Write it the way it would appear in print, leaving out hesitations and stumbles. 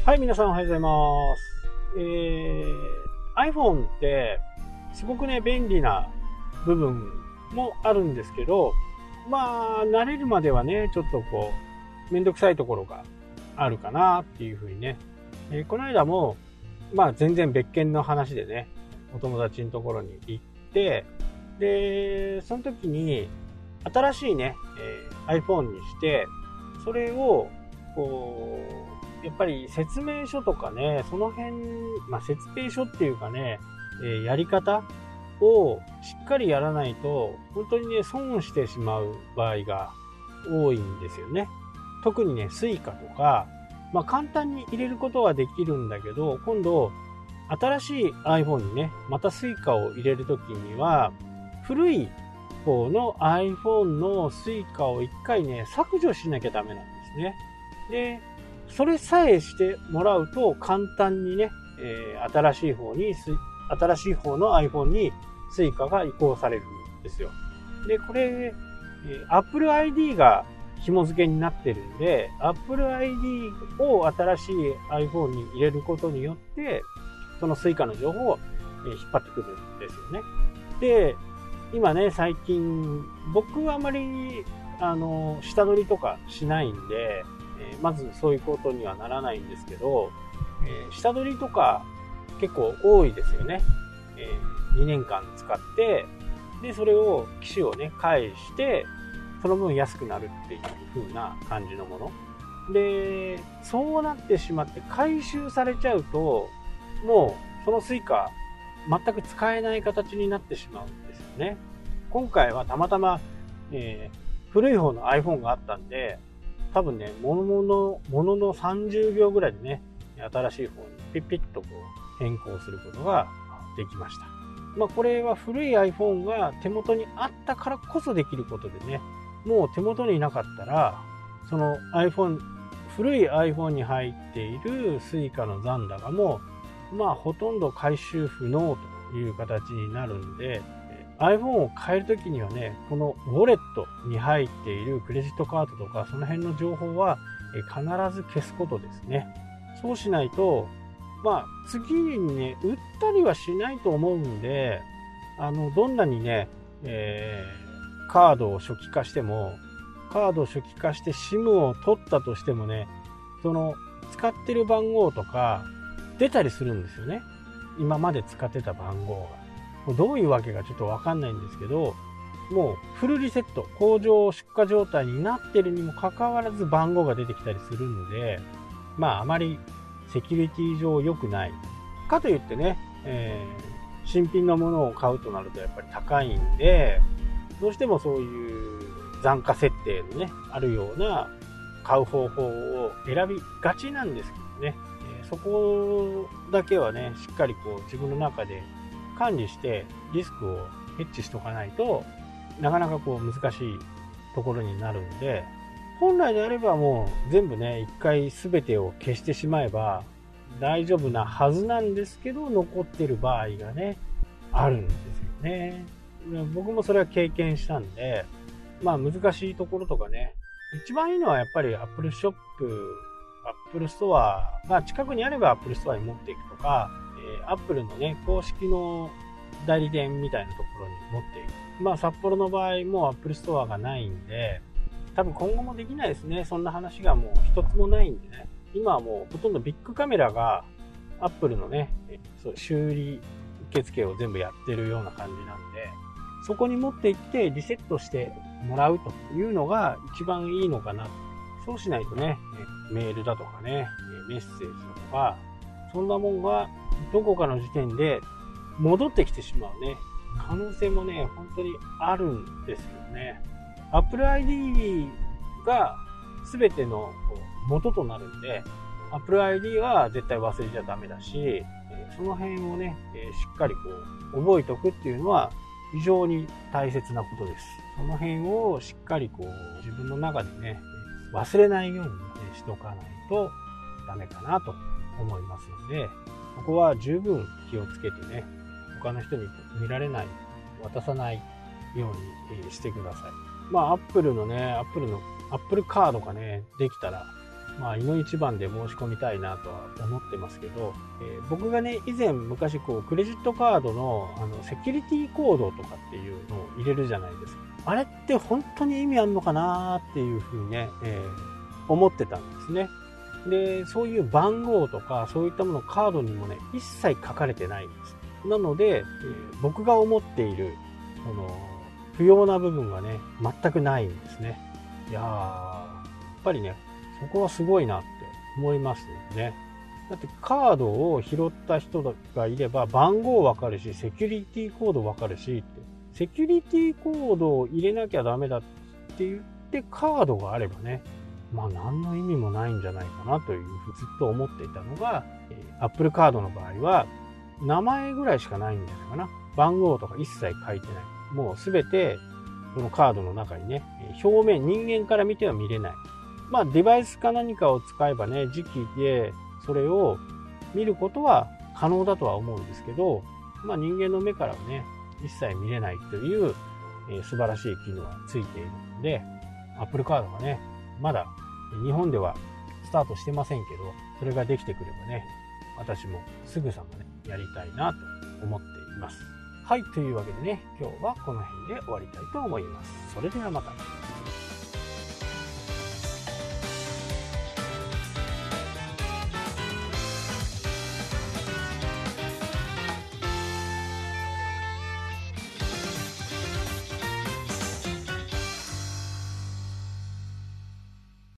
はい、皆さんおはようございます。iPhone ってすごくね、便利な部分もあるんですけど、まあ、慣れるまではね、ちょっとめんどくさいところがあるかなっていうふうにね。この間も、まあ全然別件の話でね、お友達のところに行って、で、その時に新しいね、iPhone にして、それを、やっぱり説明書とかね、その辺、まあ、説明書っていうかね、やり方をしっかりやらないと、本当にね、損してしまう場合が多いんですよね。特にね、Suica とか、まあ、簡単に入れることはできるんだけど、今度、新しい iPhone にね、また Suica を入れるときには、古い方の iPhone の Suica を一回ね、削除しなきゃダメなんですね。で、それさえしてもらうと簡単にね、新しい方の iPhone に Suica が移行されるんですよ。で、これ、Apple ID が紐付けになってるんで、Apple ID を新しい iPhone に入れることによって、その Suica の情報を引っ張ってくるんですよね。で、今ね、最近、僕はあまり、下取りとかしないんで、まずそういうことにはならないんですけど、下取りとか結構多いですよね。2年間使って、で、それを機種をね、返して、その分安くなるっていう風な感じのもの。で、そうなってしまって回収されちゃうと、もうその Suica全く使えない形になってしまうんですよね。今回はたまたま、古い方の iPhone があったんで、多分ね、ものの30秒ぐらいでね、新しい方にピッピッと変更することができました。まあこれは古い iPhone が手元にあったからこそできることでね、もう手元になかったら、その古い iPhone に入っている Suica の残高も、まあほとんど回収不能という形になるんで、iPhone を変えるときにはね、このウォレットに入っているクレジットカードとか、その辺の情報は必ず消すことですね。そうしないと、まあ、次にね、売ったりはしないと思うんで、どんなにね、カードを初期化しても、カードを初期化して SIM を取ったとしてもね、その使ってる番号とか出たりするんですよね。今まで使ってた番号が。どういうわけかちょっとわかんないんですけど、もうフルリセット、工場出荷状態になってるにもかかわらず番号が出てきたりするんで、まああまりセキュリティ上良くない。かといってね、新品のものを買うとなるとやっぱり高いんで、どうしてもそういう残価設定のね、あるような買う方法を選びがちなんですけどね、そこだけはね、しっかり自分の中で管理してリスクをヘッジしとかないとなかなか難しいところになるんで、本来であればもう全部ね、一回全てを消してしまえば大丈夫なはずなんですけど、残ってる場合がね、あるんですよね。僕もそれは経験したんで、まあ難しいところとかね、一番いいのはやっぱり Apple ショップ、Apple ストアが近くにあれば Apple ストアに持っていくとか、Apple のね、公式の代理店みたいなところに持っていく。まあ、札幌の場合も Apple ストアがないんで、多分今後もできないですね。そんな話がもう一つもないんでね。今はもうほとんどビッグカメラが Apple のね、修理受付を全部やってるような感じなんで、そこに持って行ってリセットしてもらうというのが一番いいのかな。そうしないとね、メールだとかね、メッセージだとか、そんなもんがどこかの時点で戻ってきてしまうね、可能性もね、本当にあるんですよね。Apple ID が全ての元となるんで、Apple ID は絶対忘れちゃダメだし、その辺をね、しっかり覚えておくっていうのは非常に大切なことです。その辺をしっかり自分の中でね、忘れないようにしておかないとダメかなと思いますので、ここは十分気をつけてね、他の人に見られない、渡さないようにしてください。まあ、Apple カードがね、できたらいの一番で申し込みたいなとは思ってますけど、僕がね、以前昔クレジットカードのセキュリティコードとかっていうのを入れるじゃないですか。あれって本当に意味あるのかなっていうふうにね、思ってたんですね。で、そういう番号とかそういったものカードにもね、一切書かれてないんです。なので、僕が思っている不要な部分がね、全くないんですね。いやー、やっぱりね、そこはすごいなって思いますね。だってカードを拾った人がいれば番号わかるし、セキュリティコードわかるしって、セキュリティコードを入れなきゃダメだって言ってカードがあればね、何の意味もないんじゃないかなというふうにずっと思っていたのが、Apple カードの場合は名前ぐらいしかないんじゃないかな。番号とか一切書いてない。もうすべてそのカードの中にね、表面、人間から見ては見れない。デバイスか何かを使えばね、磁気でそれを見ることは可能だとは思うんですけど、人間の目からはね、一切見れないという、素晴らしい機能がついているので、Apple カードがね、まだ日本ではスタートしてませんけど、それができてくればね、私もすぐさまね、やりたいなと思っています。はい、というわけでね、今日はこの辺で終わりたいと思います。それではまた。